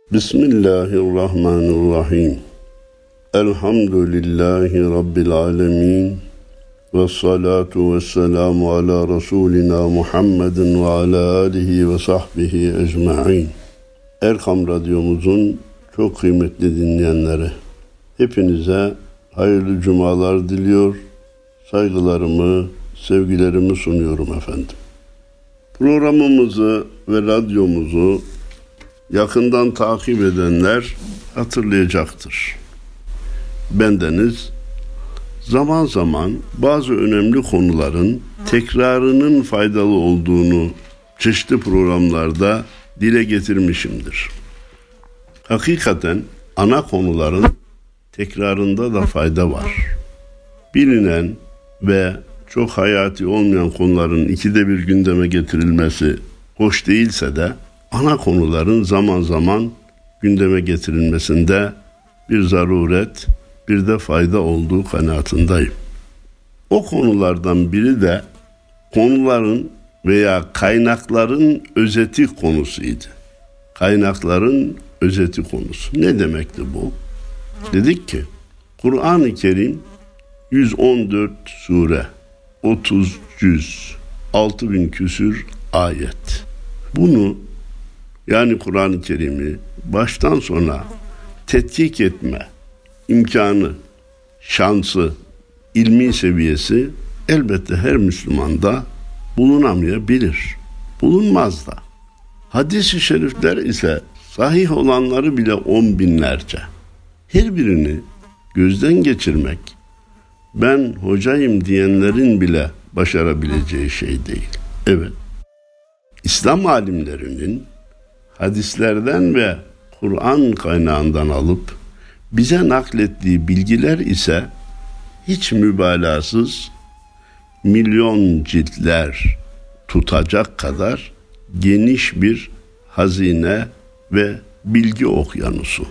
Bismillahirrahmanirrahim. Elhamdülillahi Rabbil alemin. Vessalatu vesselamu ala Resulina Muhammedin ve ala alihi ve sahbihi ecma'in. Erkam Radyomuzun çok kıymetli dinleyenleri, hepinize hayırlı cumalar diliyor, saygılarımı, sevgilerimi sunuyorum efendim. Programımızı ve radyomuzu yakından takip edenler hatırlayacaktır. Bendeniz zaman zaman bazı önemli konuların tekrarının faydalı olduğunu çeşitli programlarda dile getirmişimdir. Hakikaten ana konuların tekrarında da fayda var. Bilinen ve çok hayati olmayan konuların ikide bir gündeme getirilmesi hoş değilse de ana konuların zaman zaman gündeme getirilmesinde bir zaruret, bir de fayda olduğu kanaatindeyim. O konulardan biri de konuların veya kaynakların özeti konusuydu. Kaynakların özeti konusu. Ne demekti bu? Dedik ki Kur'an-ı Kerim 114 sure, 30 cüz, 6000 küsür ayet. Bunu yani Kur'an-ı Kerim'i baştan sona tetkik etme imkanı, şansı, ilmi seviyesi elbette her Müslümanda bulunamayabilir. Bulunmaz da. Hadis-i şerifler ise sahih olanları bile 10 binlerce. Her birini gözden geçirmek, ben hocayım diyenlerin bile başarabileceği şey değil. Evet, İslam alimlerinin hadislerden ve Kur'an kaynağından alıp bize naklettiği bilgiler ise hiç mübalağasız milyon ciltler tutacak kadar geniş bir hazine ve bilgi okyanusu.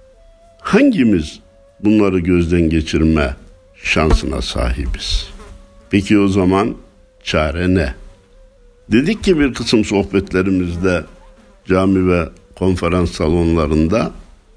Hangimiz bunları gözden geçirme şansına sahibiz? Peki o zaman çare ne? Dedik ki bir kısım sohbetlerimizde cami ve konferans salonlarında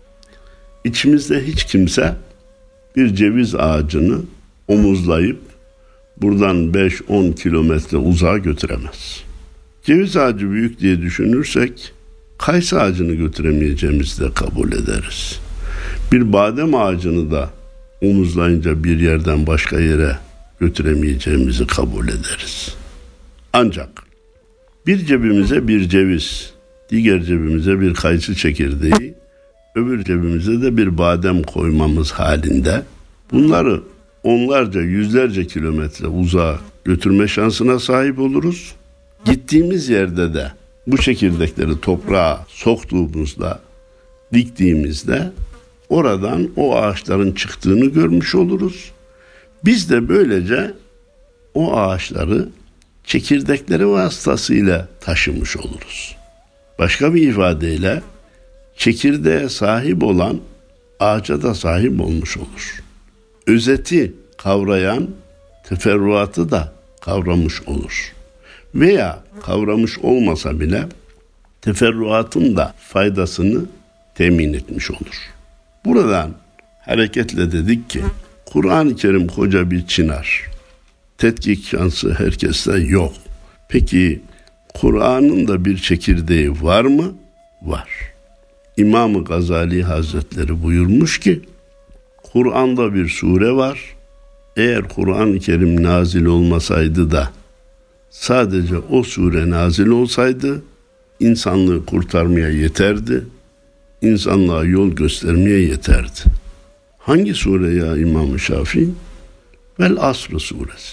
içimizde hiç kimse bir ceviz ağacını omuzlayıp buradan 5-10 kilometre uzağa götüremez. Ceviz ağacı büyük diye düşünürsek kayısı ağacını götüremeyeceğimizi de kabul ederiz. Bir badem ağacını da omuzlayınca bir yerden başka yere götüremeyeceğimizi kabul ederiz. Ancak bir cebimize bir ceviz, diğer cebimize bir kayısı çekirdeği, öbür cebimize de bir badem koymamız halinde bunları onlarca, yüzlerce kilometre uzağa götürme şansına sahip oluruz. Gittiğimiz yerde de bu çekirdekleri toprağa soktuğumuzda, diktiğimizde oradan o ağaçların çıktığını görmüş oluruz. Biz de böylece o ağaçları çekirdekleri vasıtasıyla taşımış oluruz. Başka bir ifadeyle çekirdeğe sahip olan ağaca da sahip olmuş olur. Özeti kavrayan teferruatı da kavramış olur. Veya kavramış olmasa bile teferruatın da faydasını temin etmiş olur. Buradan hareketle dedik ki Kur'an-ı Kerim koca bir çınar. Tetkik şansı herkeste yok. Peki Kur'an'ın da bir çekirdeği var mı? Var. İmam-ı Gazali Hazretleri buyurmuş ki Kur'an'da bir sure var. Eğer Kur'an-ı Kerim nazil olmasaydı da sadece o sure nazil olsaydı insanlığı kurtarmaya yeterdi. İnsanlığa yol göstermeye yeterdi. Hangi sure ya İmam-ı Şafii? Vel Asr suresi.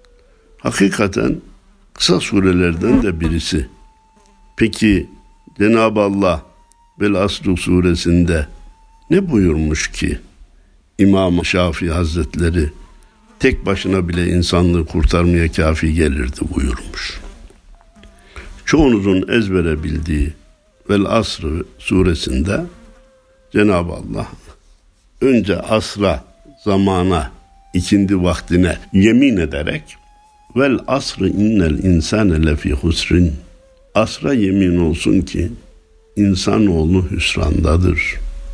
Hakikaten kısa surelerden de birisi. Peki Cenab-ı Allah Vel Asr suresinde ne buyurmuş ki İmam-ı Şafii Hazretleri tek başına bile insanlığı kurtarmaya kafi gelirdi buyurmuş. Çoğunuzun ezbere bildiği Vel Asr suresinde Cenab-ı Allah önce asra, zamana, ikindi vaktine yemin ederek vel asr innel insane lefî husrin, asra yemin olsun ki İnsanoğlu hüsrandadır.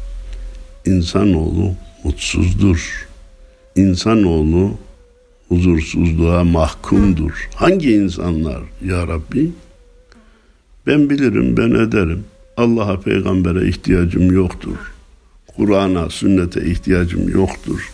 İnsanoğlu mutsuzdur. İnsanoğlu huzursuzluğa mahkumdur. Hangi insanlar ya Rabbi? Ben bilirim, ben ederim. Allah'a, peygambere ihtiyacım yoktur. Kur'an'a, sünnete ihtiyacım yoktur.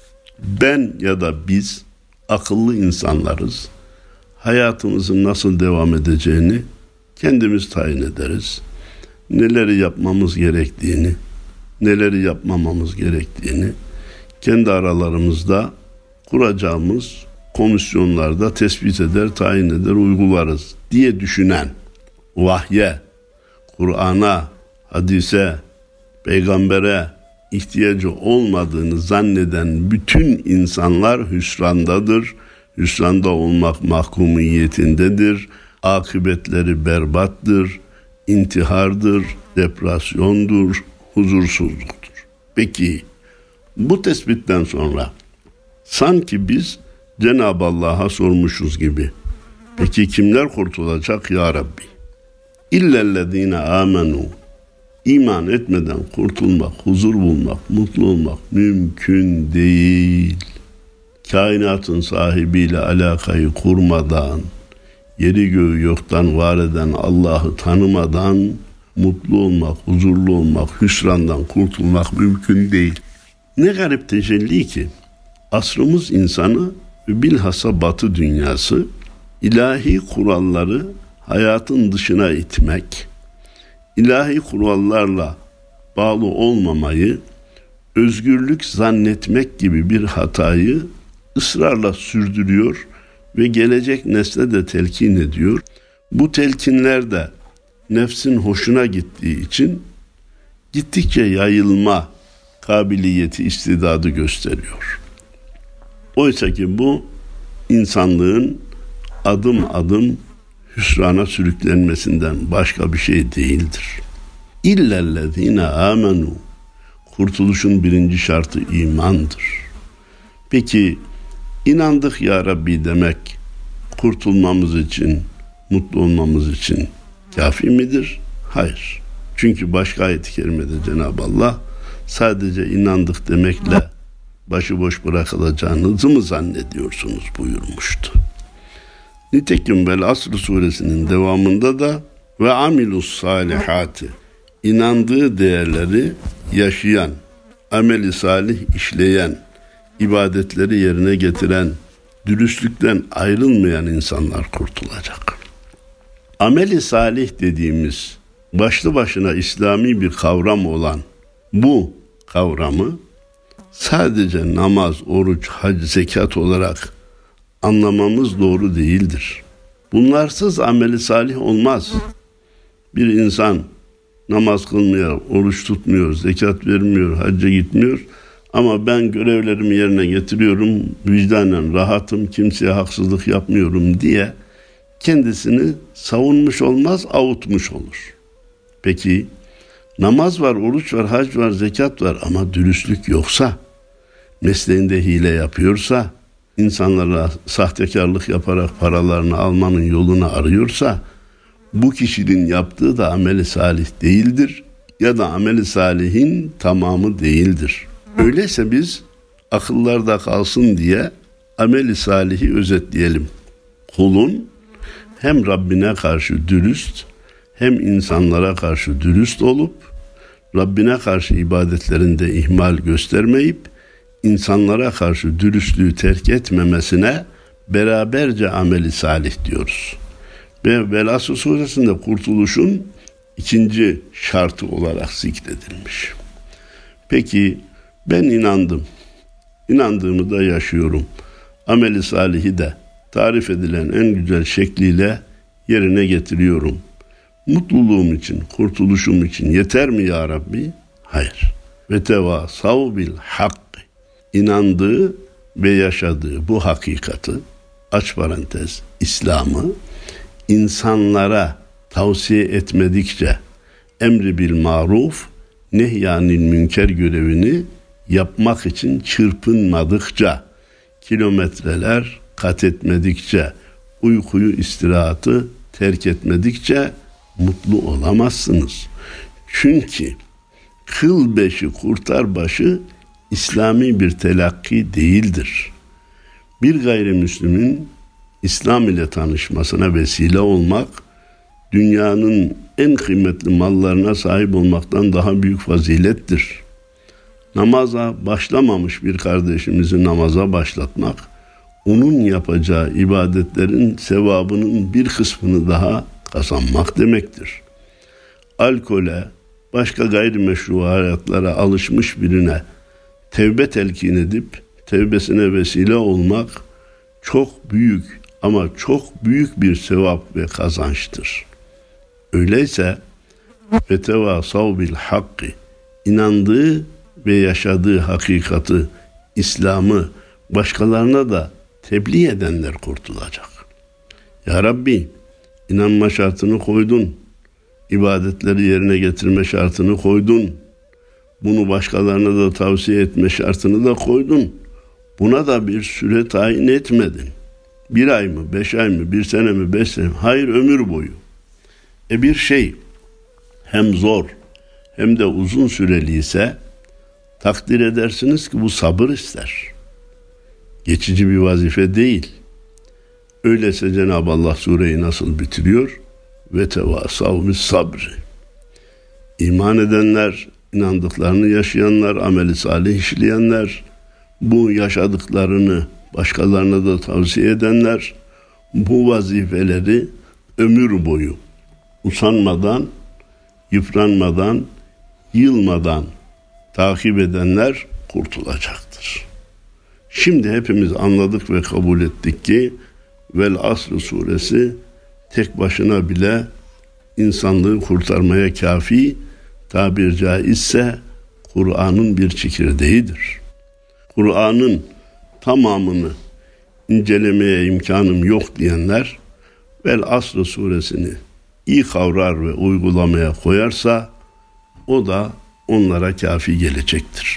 Ben ya da biz akıllı insanlarız. Hayatımızın nasıl devam edeceğini kendimiz tayin ederiz. Neleri yapmamız gerektiğini, neleri yapmamamız gerektiğini kendi aralarımızda kuracağımız komisyonlarda tespit eder, tayin eder, uygularız diye düşünen, vahye, Kur'an'a, hadise, peygambere ihtiyacı olmadığını zanneden bütün insanlar hüsrandadır. Hüsranda olmak mahkumiyetindedir. Akıbetleri berbattır, intihardır, depresyondur, huzursuzluktur. Peki bu tespitten sonra sanki biz Cenab-ı Allah'a sormuşuz gibi. Peki kimler kurtulacak ya Rabbi? İllellezine amenu. İman etmeden kurtulmak, huzur bulmak, mutlu olmak mümkün değil. Kainatın sahibiyle alakayı kurmadan, yeri göğü yoktan var eden Allah'ı tanımadan mutlu olmak, huzurlu olmak, hüsrandan kurtulmak mümkün değil. Ne garip tecelli ki asrımız insanı ve bilhassa Batı dünyası ilahi kuralları hayatın dışına itmek, ilahi kurallarla bağlı olmamayı özgürlük zannetmek gibi bir hatayı ısrarla sürdürüyor ve gelecek nesle de telkin ediyor. Bu telkinler de nefsin hoşuna gittiği için gittikçe yayılma kabiliyeti, istidadı gösteriyor. Oysa ki bu insanlığın adım adım hüsrana sürüklenmesinden başka bir şey değildir. İllellezine amenu. Kurtuluşun birinci şartı imandır. Peki inandık ya Rabbi demek kurtulmamız için, mutlu olmamız için kafi midir? Hayır. Çünkü başka ayet-i kerimede Cenab-ı Allah sadece inandık demekle başıboş bırakılacağınızı mı zannediyorsunuz buyurmuştu. Nitekim Vel Asr suresinin devamında da ve amilus salihati, inandığı değerleri yaşayan, ameli salih işleyen, ibadetleri yerine getiren, dürüstlükten ayrılmayan insanlar kurtulacak. Ameli salih dediğimiz başlı başına İslami bir kavram olan bu kavramı sadece namaz, oruç, hac, zekat olarak anlamamız doğru değildir. Bunlarsız ameli salih olmaz. Bir insan namaz kılmıyor, oruç tutmuyor, zekat vermiyor, hacca gitmiyor ama ben görevlerimi yerine getiriyorum, vicdanen rahatım, kimseye haksızlık yapmıyorum diye kendisini savunmuş olmaz, avutmuş olur. Peki namaz var, oruç var, hac var, zekat var ama dürüstlük yoksa, mesleğinde hile yapıyorsa, insanlara sahtekarlık yaparak paralarını almanın yolunu arıyorsa, bu kişinin yaptığı da ameli salih değildir ya da ameli salihin tamamı değildir. Öyleyse biz akıllarda kalsın diye ameli salihi özetleyelim. Kulun hem Rabbine karşı dürüst hem insanlara karşı dürüst olup Rabbine karşı ibadetlerinde ihmal göstermeyip insanlara karşı dürüstlüğü terk etmemesine beraberce ameli salih diyoruz. Ve Vel Asr suresinde kurtuluşun ikinci şartı olarak zikredilmiş. Peki ben inandım. İnandığımı da yaşıyorum. Ameli salihi de tarif edilen en güzel şekliyle yerine getiriyorum. Mutluluğum için, kurtuluşum için yeter mi ya Rabbi? Hayır. Ve tevasav bil hak. İnandığı ve yaşadığı bu hakikati, aç parantez, İslam'ı insanlara tavsiye etmedikçe emri bil maruf, nehyanil münker görevini yapmak için çırpınmadıkça, kilometreler kat etmedikçe, uykuyu, istirahatı terk etmedikçe mutlu olamazsınız. Çünkü kıl beşi kurtar başı İslami bir telakki değildir. Bir gayrimüslimin İslam ile tanışmasına vesile olmak, dünyanın en kıymetli mallarına sahip olmaktan daha büyük fazilettir. Namaza başlamamış bir kardeşimizi namaza başlatmak, onun yapacağı ibadetlerin sevabının bir kısmını daha kazanmak demektir. Alkole, başka gayrimeşru hayatlara alışmış birine tevbe telkin edip tevbesine vesile olmak çok büyük ama çok büyük bir sevap ve kazançtır. Öyleyse ve tevasav bil hakkı, inandığı ve yaşadığı hakikati, İslam'ı başkalarına da tebliğ edenler kurtulacak. Ya Rabbi, inanma şartını koydun, ibadetleri yerine getirme şartını koydun, bunu başkalarına da tavsiye etme şartını da koydun. Buna da bir süre tayin etmedin. 1 ay mı, 5 ay mı, 1 sene mi, 5 sene mi? Hayır, ömür boyu. Bir şey hem zor hem de uzun süreli ise takdir edersiniz ki bu sabır ister. Geçici bir vazife değil. Öyleyse Cenab-ı Allah sureyi nasıl bitiriyor? Ve tevasav bis sabri. İman edenler, inandıklarını yaşayanlar, ameli salih işleyenler, bu yaşadıklarını başkalarına da tavsiye edenler, bu vazifeleri ömür boyu usanmadan, yıpranmadan, yılmadan takip edenler kurtulacaktır. Şimdi hepimiz anladık ve kabul ettik ki Vel Asr suresi tek başına bile insanlığı kurtarmaya kafi, tabir caizse Kur'an'ın bir çekirdeğidir. Kur'an'ın tamamını incelemeye imkanım yok diyenler Vel Asr suresini iyi kavrar ve uygulamaya koyarsa o da onlara kafi gelecektir.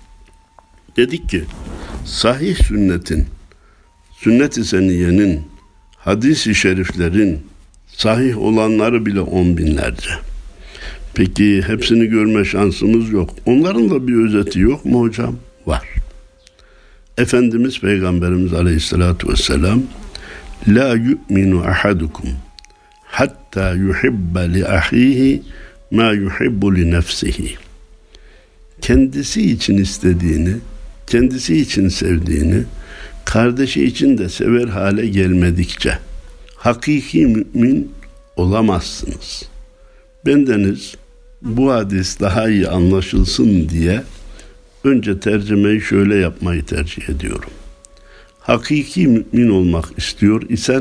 Dedik ki sahih sünnetin, sünnet-i seniyenin, hadis-i şeriflerin sahih olanları bile 10 binlerce. Peki hepsini görme şansımız yok. Onların da bir özeti yok mu hocam? Var. Efendimiz Peygamberimiz Aleyhisselatü Vesselam La yu'minu ahadukum hatta yuhibbe li ahihi ma yuhibbu li nefsihi. Kendisi için istediğini, kendisi için sevdiğini, kardeşi için de sever hale gelmedikçe hakiki mümin olamazsınız. Bendeniz bu hadis daha iyi anlaşılsın diye önce tercümeyi şöyle yapmayı tercih ediyorum. Hakiki mümin olmak istiyor isen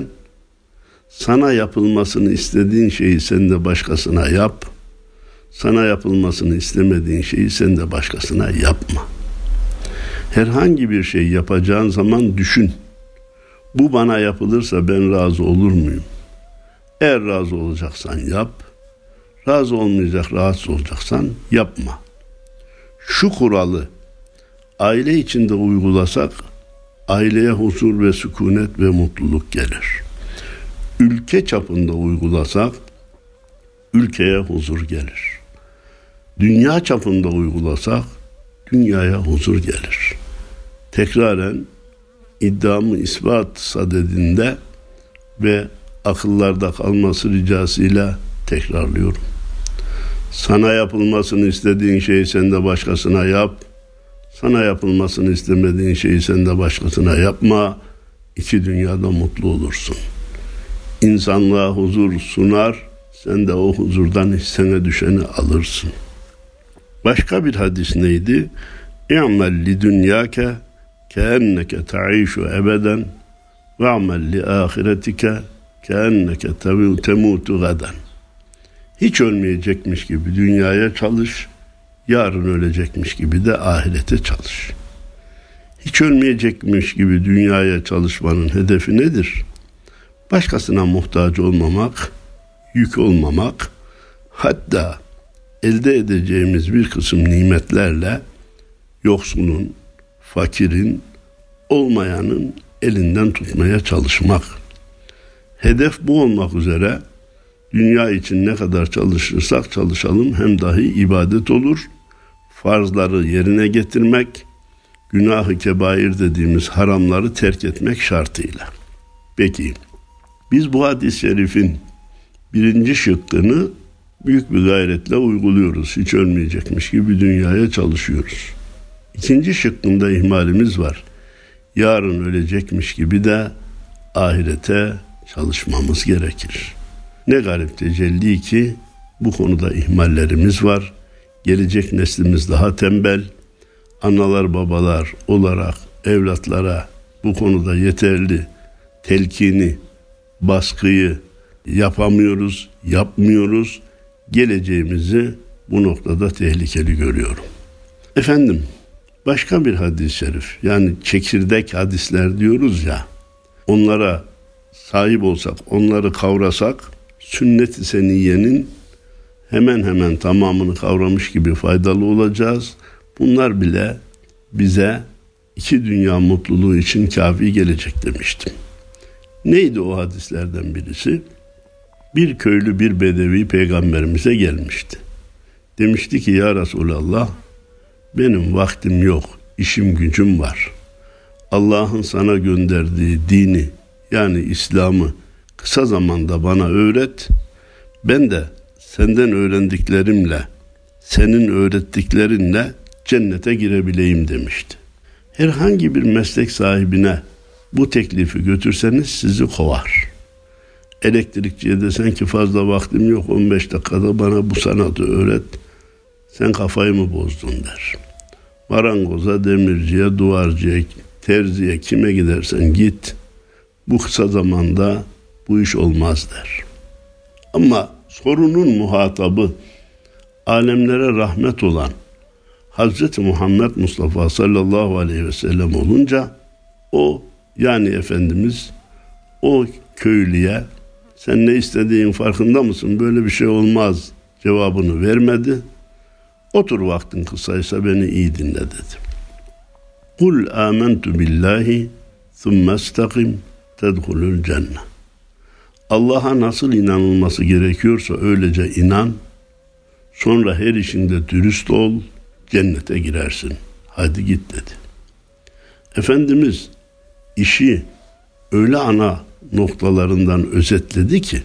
sana yapılmasını istediğin şeyi sen de başkasına yap. Sana yapılmasını istemediğin şeyi sen de başkasına yapma. Herhangi bir şey yapacağın zaman düşün. Bu bana yapılırsa ben razı olur muyum? Eğer razı olacaksan yap. Razı olmayacak, rahatsız olacaksan yapma. Şu kuralı aile içinde uygulasak aileye huzur ve sükunet ve mutluluk gelir. Ülke çapında uygulasak ülkeye huzur gelir. Dünya çapında uygulasak dünyaya huzur gelir. Tekraren iddiamı ispat sadedinde ve akıllarda kalması ricasıyla tekrarlıyorum. Sana yapılmasını istediğin şeyi sen de başkasına yap. Sana yapılmasını istemediğin şeyi sen de başkasına yapma. İki dünyada mutlu olursun. İnsanlığa huzur sunar, sen de o huzurdan hissene düşeni alırsın. Başka bir hadis neydi? İ'mel li dünyake keenneke ta'işu ebeden ve amel li ahiretike keenneke temutu gaden. Hiç ölmeyecekmiş gibi dünyaya çalış, yarın ölecekmiş gibi de ahirete çalış. Hiç ölmeyecekmiş gibi dünyaya çalışmanın hedefi nedir? Başkasına muhtaç olmamak, yük olmamak, hatta elde edeceğimiz bir kısım nimetlerle yoksulun, fakirin, olmayanın elinden tutmaya çalışmak. Hedef bu olmak üzere Dünya için ne kadar çalışırsak çalışalım hem dahi ibadet olur. Farzları yerine getirmek, günah-ı kebair dediğimiz haramları terk etmek şartıyla. Peki, biz bu hadis-i şerifin birinci şıkkını büyük bir gayretle uyguluyoruz. Hiç ölmeyecekmiş gibi dünyaya çalışıyoruz. İkinci şıkkında ihmalimiz var. Yarın ölecekmiş gibi de ahirete çalışmamız gerekir. Ne garip tecelli ki bu konuda ihmallerimiz var. Gelecek neslimiz daha tembel. Analar babalar olarak evlatlara bu konuda yeterli telkini, baskıyı yapamıyoruz, yapmıyoruz. Geleceğimizi bu noktada tehlikeli görüyorum. Efendim, başka bir hadis-i şerif, yani çekirdek hadisler diyoruz ya, onlara sahip olsak, onları kavrasak, sünnet-i seniyyenin hemen hemen tamamını kavramış gibi faydalı olacağız. Bunlar bile bize 2 dünya mutluluğu için kafi gelecek demiştim. Neydi o hadislerden birisi? Bir köylü, bir bedevi peygamberimize gelmişti. Demişti ki, ya Resulallah, benim vaktim yok, işim gücüm var. Allah'ın sana gönderdiği dini, yani İslam'ı kısa zamanda bana öğret. Ben de senden öğrendiklerimle, senin öğrettiklerinle cennete girebileyim demişti. Herhangi bir meslek sahibine bu teklifi götürseniz sizi kovar. Elektrikçiye desen ki fazla vaktim yok, 15 dakikada bana bu sanatı öğret, sen kafayı mı bozdun der. Marangoza, demirciye, duvarcıya, terziye, kime gidersen git, bu kısa zamanda bu iş olmaz der. Ama sorunun muhatabı alemlere rahmet olan Hazreti Muhammed Mustafa sallallahu aleyhi ve sellem olunca o, yani Efendimiz o köylüye sen ne istediğin farkında mısın, böyle bir şey olmaz cevabını vermedi. Otur, vaktin kısaysa beni iyi dinle dedi. Kul amentu billahi thumme istakim tedhulul cennet. Allah'a nasıl inanılması gerekiyorsa öylece inan, sonra her işinde dürüst ol, cennete girersin. Hadi git dedi. Efendimiz işi öyle ana noktalarından özetledi ki,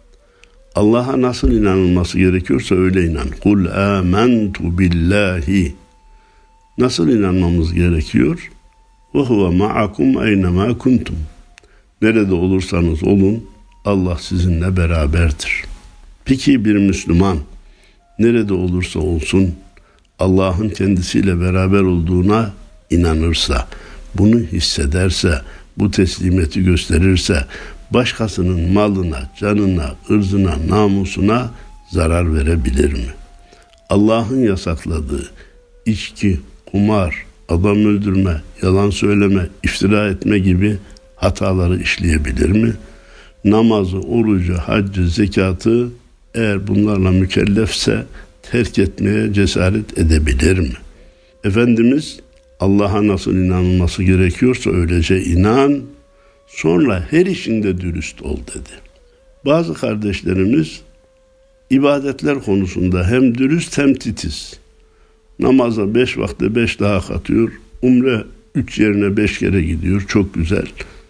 Allah'a nasıl inanılması gerekiyorsa öyle inan. Kul amentu billahi. Nasıl inanmamız gerekiyor? Ve huve ma'akum eynemâ kuntum. Nerede olursanız olun, Allah sizinle beraberdir. Peki bir Müslüman nerede olursa olsun Allah'ın kendisiyle beraber olduğuna inanırsa, bunu hissederse, bu teslimiyeti gösterirse, başkasının malına, canına, ırzına, namusuna zarar verebilir mi? Allah'ın yasakladığı içki, kumar, adam öldürme, yalan söyleme, iftira etme gibi hataları işleyebilir mi? Namazı, orucu, haccı, zekatı eğer bunlarla mükellefse terk etmeye cesaret edebilir mi? Efendimiz Allah'a nasıl inanılması gerekiyorsa öylece inan, sonra her işinde dürüst ol dedi. Bazı kardeşlerimiz ibadetler konusunda hem dürüst hem titiz. Namaza 5 vakte 5 daha katıyor. Umre 3 yerine 5 kere gidiyor. Çok güzel.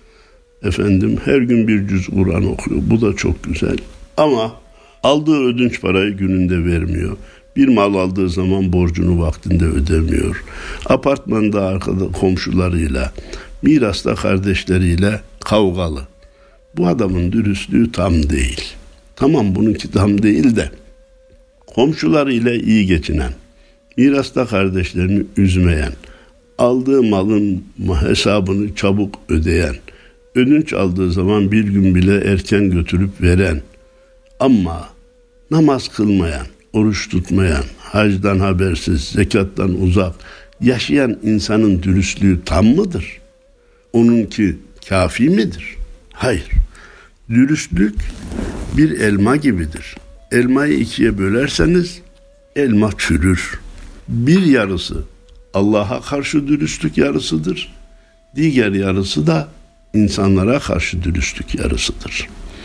Efendim her gün bir cüz Kur'an okuyor. Bu da çok güzel. Ama aldığı ödünç parayı gününde vermiyor. Bir mal aldığı zaman borcunu vaktinde ödemiyor. Apartmanda arkada komşularıyla, mirasta kardeşleriyle kavgalı. Bu adamın dürüstlüğü tam değil. Tamam, bununki tam değil de komşularıyla iyi geçinen, mirasta kardeşlerini üzmeyen, aldığı malın hesabını çabuk ödeyen, ödünç aldığı zaman bir gün bile erken götürüp veren, ama namaz kılmayan, oruç tutmayan, hacdan habersiz, zekattan uzak yaşayan insanın dürüstlüğü tam mıdır? Onunki kafi midir? Hayır. Dürüstlük bir elma gibidir. Elmayı 2'ye bölerseniz elma çürür. Bir yarısı Allah'a karşı dürüstlük yarısıdır. Diğer yarısı da insanlara karşı dürüstlük yarısıdır.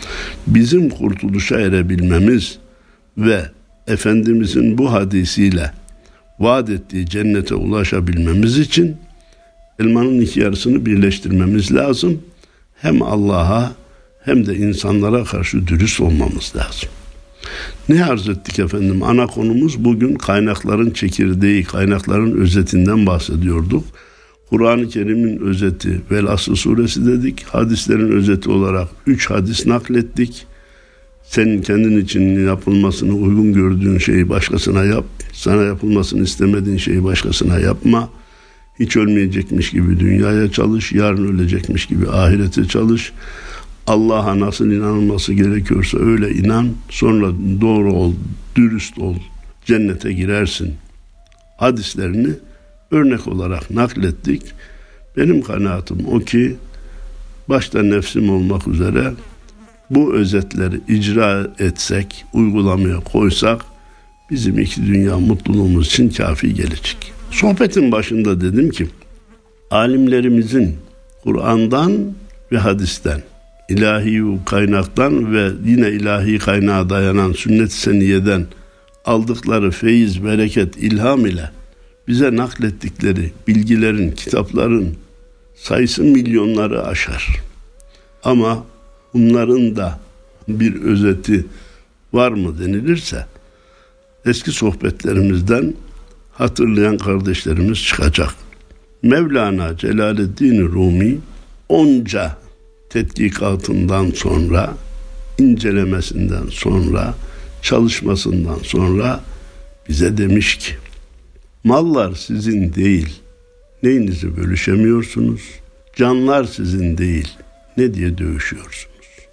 Bizim kurtuluşa erebilmemiz ve Efendimizin bu hadisiyle vaat ettiği cennete ulaşabilmemiz için elmanın iki yarısını birleştirmemiz lazım. Hem Allah'a hem de insanlara karşı dürüst olmamız lazım. Ne arz ettik efendim? Ana konumuz bugün kaynakların çekirdeği, kaynakların özetinden bahsediyorduk. Kur'an-ı Kerim'in özeti Vel-Asr suresi dedik. Hadislerin özeti olarak 3 hadis naklettik. Senin kendin için yapılmasını uygun gördüğün şeyi başkasına yap. Sana yapılmasını istemediğin şeyi başkasına yapma. Hiç ölmeyecekmiş gibi dünyaya çalış. Yarın ölecekmiş gibi ahirete çalış. Allah'a nasıl inanılması gerekiyorsa öyle inan. Sonra doğru ol, dürüst ol. Cennete girersin. Hadislerini örnek olarak naklettik. Benim kanaatim o ki başta nefsim olmak üzere bu özetleri icra etsek, uygulamaya koysak bizim iki dünya mutluluğumuz için kafi gelecek. Sohbetin başında dedim ki alimlerimizin Kur'an'dan ve hadisten, ilahi kaynaktan ve yine ilahi kaynağa dayanan sünnet-i seniyeden aldıkları feyiz, bereket, ilham ile bize naklettikleri bilgilerin, kitapların sayısı milyonları aşar. Ama bunların da bir özeti var mı denilirse eski sohbetlerimizden hatırlayan kardeşlerimiz çıkacak. Mevlana Celaleddin Rumi onca tetkikatından sonra, incelemesinden sonra, çalışmasından sonra bize demiş ki mallar sizin değil, neyinizi bölüşemiyorsunuz? Canlar sizin değil, ne diye dövüşüyorsunuz?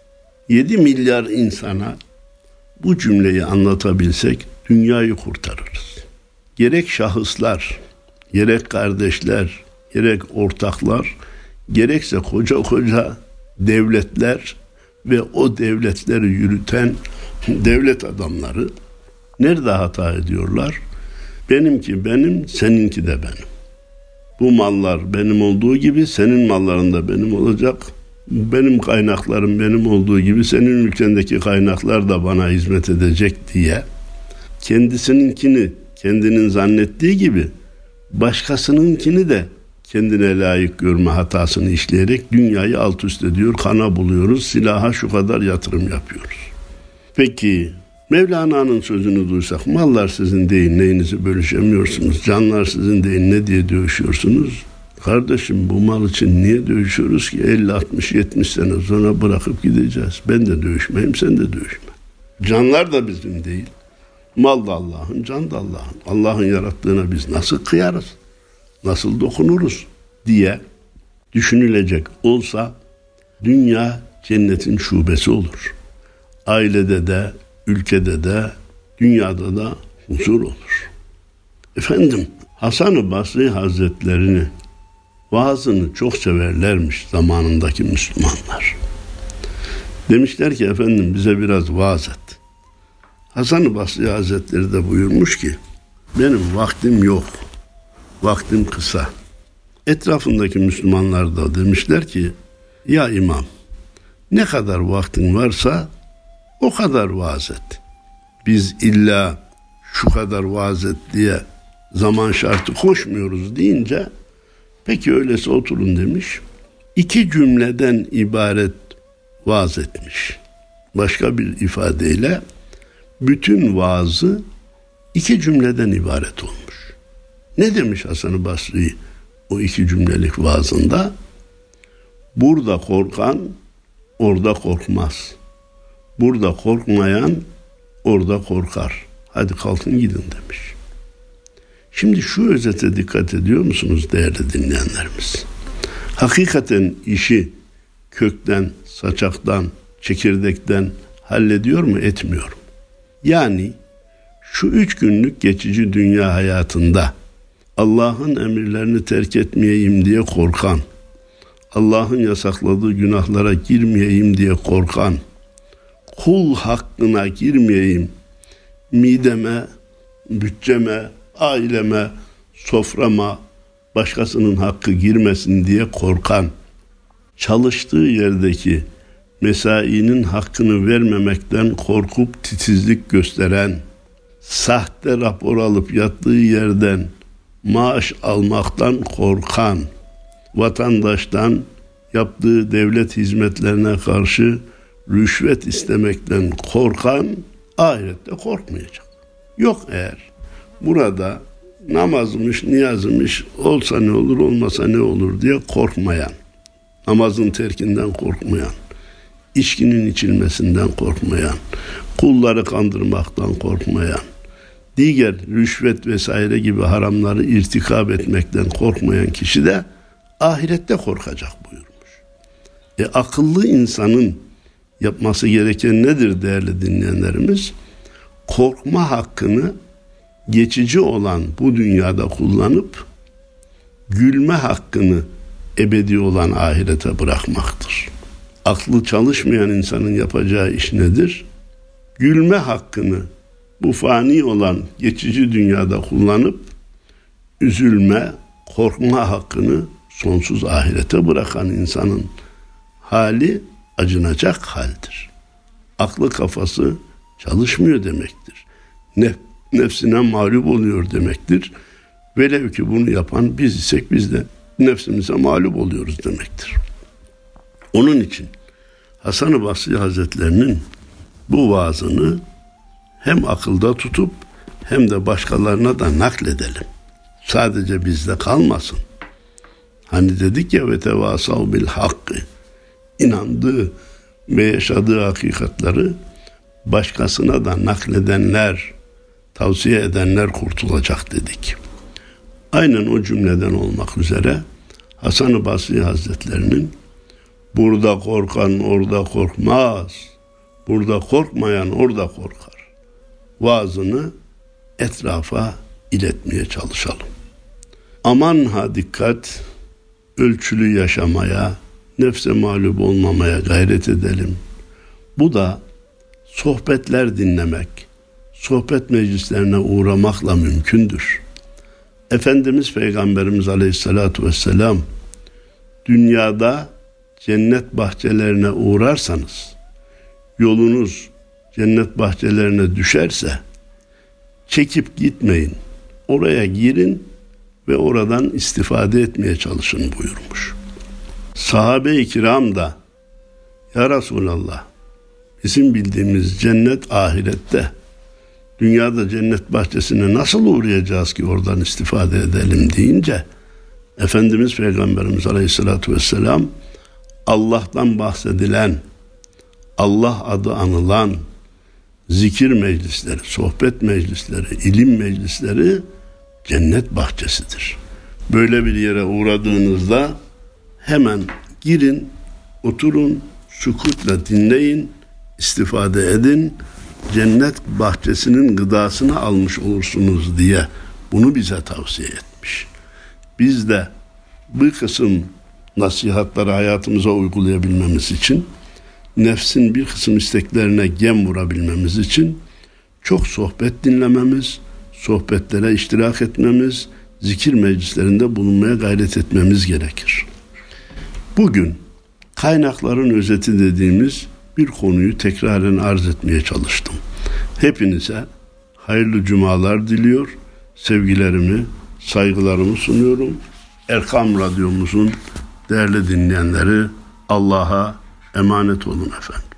7 milyar insana bu cümleyi anlatabilsek dünyayı kurtarırız. Gerek şahıslar, gerek kardeşler, gerek ortaklar, gerekse koca devletler ve o devletleri yürüten devlet adamları nerede hata ediyorlar? Benimki benim, seninki de benim. Bu mallar benim olduğu gibi senin malların da benim olacak. Benim kaynaklarım benim olduğu gibi senin ülkendeki kaynaklar da bana hizmet edecek diye kendisininkini kendinin zannettiği gibi başkasınınkini de kendine layık görme hatasını işleyerek dünyayı alt üst ediyor, kana buluyoruz, silaha şu kadar yatırım yapıyoruz. Peki Mevlana'nın sözünü duysak mallar sizin değil, neyinizi bölüşemiyorsunuz, canlar sizin değil, ne diye dövüşüyorsunuz? Kardeşim bu mal için niye dövüşüyoruz ki? 50, 60, 70 sene sonra bırakıp gideceğiz. Ben de dövüşmeyeyim, sen de dövüşme. Canlar da bizim değil. Mal da Allah'ın, can da Allah'ın. Allah'ın yarattığına biz nasıl kıyarız? Nasıl dokunuruz diye düşünülecek olsa dünya cennetin şubesi olur. Ailede de, ülkede de, dünyada da huzur olur. Efendim, Hasan-ı Basri Hazretlerini vaazını çok severlermiş zamanındaki Müslümanlar. Demişler ki efendim bize biraz vaaz et. Hasan-ı Basri Hazretleri de buyurmuş ki benim vaktim yok. Vaktim kısa. Etrafındaki Müslümanlar da demişler ki ya imam ne kadar vaktin varsa o kadar vaaz et. Biz illa şu kadar vaaz et diye zaman şartı koşmuyoruz deyince peki öyleyse oturun demiş. 2 cümleden ibaret vaaz etmiş. Başka bir ifadeyle bütün vaazı 2 cümleden ibaret olmuş. Ne demiş Hasan-ı Basri o 2 cümlelik vaazında? Burada korkan orada korkmaz. Burada korkmayan orada korkar. Hadi kalkın gidin demiş. Şimdi şu özete dikkat ediyor musunuz değerli dinleyenlerimiz? Hakikaten işi kökten, saçaktan, çekirdekten hallediyor mu, etmiyor mu? Yani şu 3 günlük geçici dünya hayatında Allah'ın emirlerini terk etmeyeyim diye korkan, Allah'ın yasakladığı günahlara girmeyeyim diye korkan, kul hakkına girmeyeyim, mideme, bütçeme, aileme, soframa, başkasının hakkı girmesin diye korkan, çalıştığı yerdeki mesainin hakkını vermemekten korkup titizlik gösteren, sahte rapor alıp yattığı yerden maaş almaktan korkan, vatandaştan yaptığı devlet hizmetlerine karşı rüşvet istemekten korkan ahirette korkmayacak. Yok eğer burada namazmış, niyazmış, olsa ne olur, olmasa ne olur diye korkmayan, namazın terkinden korkmayan, içkinin içilmesinden korkmayan, kulları kandırmaktan korkmayan, diğer rüşvet vesaire gibi haramları irtikab etmekten korkmayan kişi de ahirette korkacak buyurmuş. Akıllı insanın yapması gereken nedir değerli dinleyenlerimiz? Korkma hakkını geçici olan bu dünyada kullanıp gülme hakkını ebedi olan ahirete bırakmaktır. Aklı çalışmayan insanın yapacağı iş nedir? Gülme hakkını bu fani olan geçici dünyada kullanıp üzülme, korkma hakkını sonsuz ahirete bırakan insanın hali acınacak haldir. Aklı kafası çalışmıyor demektir. Nefsine mağlup oluyor demektir. Velev ki bunu yapan biz isek biz de nefsimize mağlup oluyoruz demektir. Onun için Hasan-ı Basri Hazretlerinin bu vaazını hem akılda tutup hem de başkalarına da nakledelim. Sadece bizde kalmasın. Hani dedik ya ve tevasav bil hakkı, inandığı ve yaşadığı hakikatları başkasına da nakledenler, tavsiye edenler kurtulacak dedik. Aynen o cümleden olmak üzere Hasan-ı Basri Hazretlerinin burada korkan orada korkmaz, burada korkmayan orada korkar vaazını etrafa iletmeye çalışalım. Aman ha dikkat, ölçülü yaşamaya, nefse mağlup olmamaya gayret edelim. Bu da sohbetler dinlemek, sohbet meclislerine uğramakla mümkündür. Efendimiz Peygamberimiz Aleyhisselatü Vesselam dünyada cennet bahçelerine uğrarsanız, yolunuz cennet bahçelerine düşerse çekip gitmeyin. Oraya girin ve oradan istifade etmeye çalışın buyurmuş. Sahabe-i kiram da ya Resulallah bizim bildiğimiz cennet ahirette, dünyada cennet bahçesine nasıl uğrayacağız ki oradan istifade edelim deyince Efendimiz Peygamberimiz Aleyhisselatü Vesselam Allah'tan bahsedilen, Allah adı anılan zikir meclisleri, sohbet meclisleri, ilim meclisleri cennet bahçesidir. Böyle bir yere uğradığınızda hemen girin, oturun, sükûtle dinleyin, istifade edin, cennet bahçesinin gıdasını almış olursunuz diye bunu bize tavsiye etmiş. Biz de bu kısım nasihatları hayatımıza uygulayabilmemiz için, nefsin bir kısım isteklerine gem vurabilmemiz için çok sohbet dinlememiz, sohbetlere iştirak etmemiz, zikir meclislerinde bulunmaya gayret etmemiz gerekir. Bugün kaynakların özeti dediğimiz bir konuyu tekraren arz etmeye çalıştım. Hepinize hayırlı cumalar diliyor, sevgilerimi, saygılarımı sunuyorum. Erkam Radyomuzun değerli dinleyenleri, Allah'a emanet olun efendim.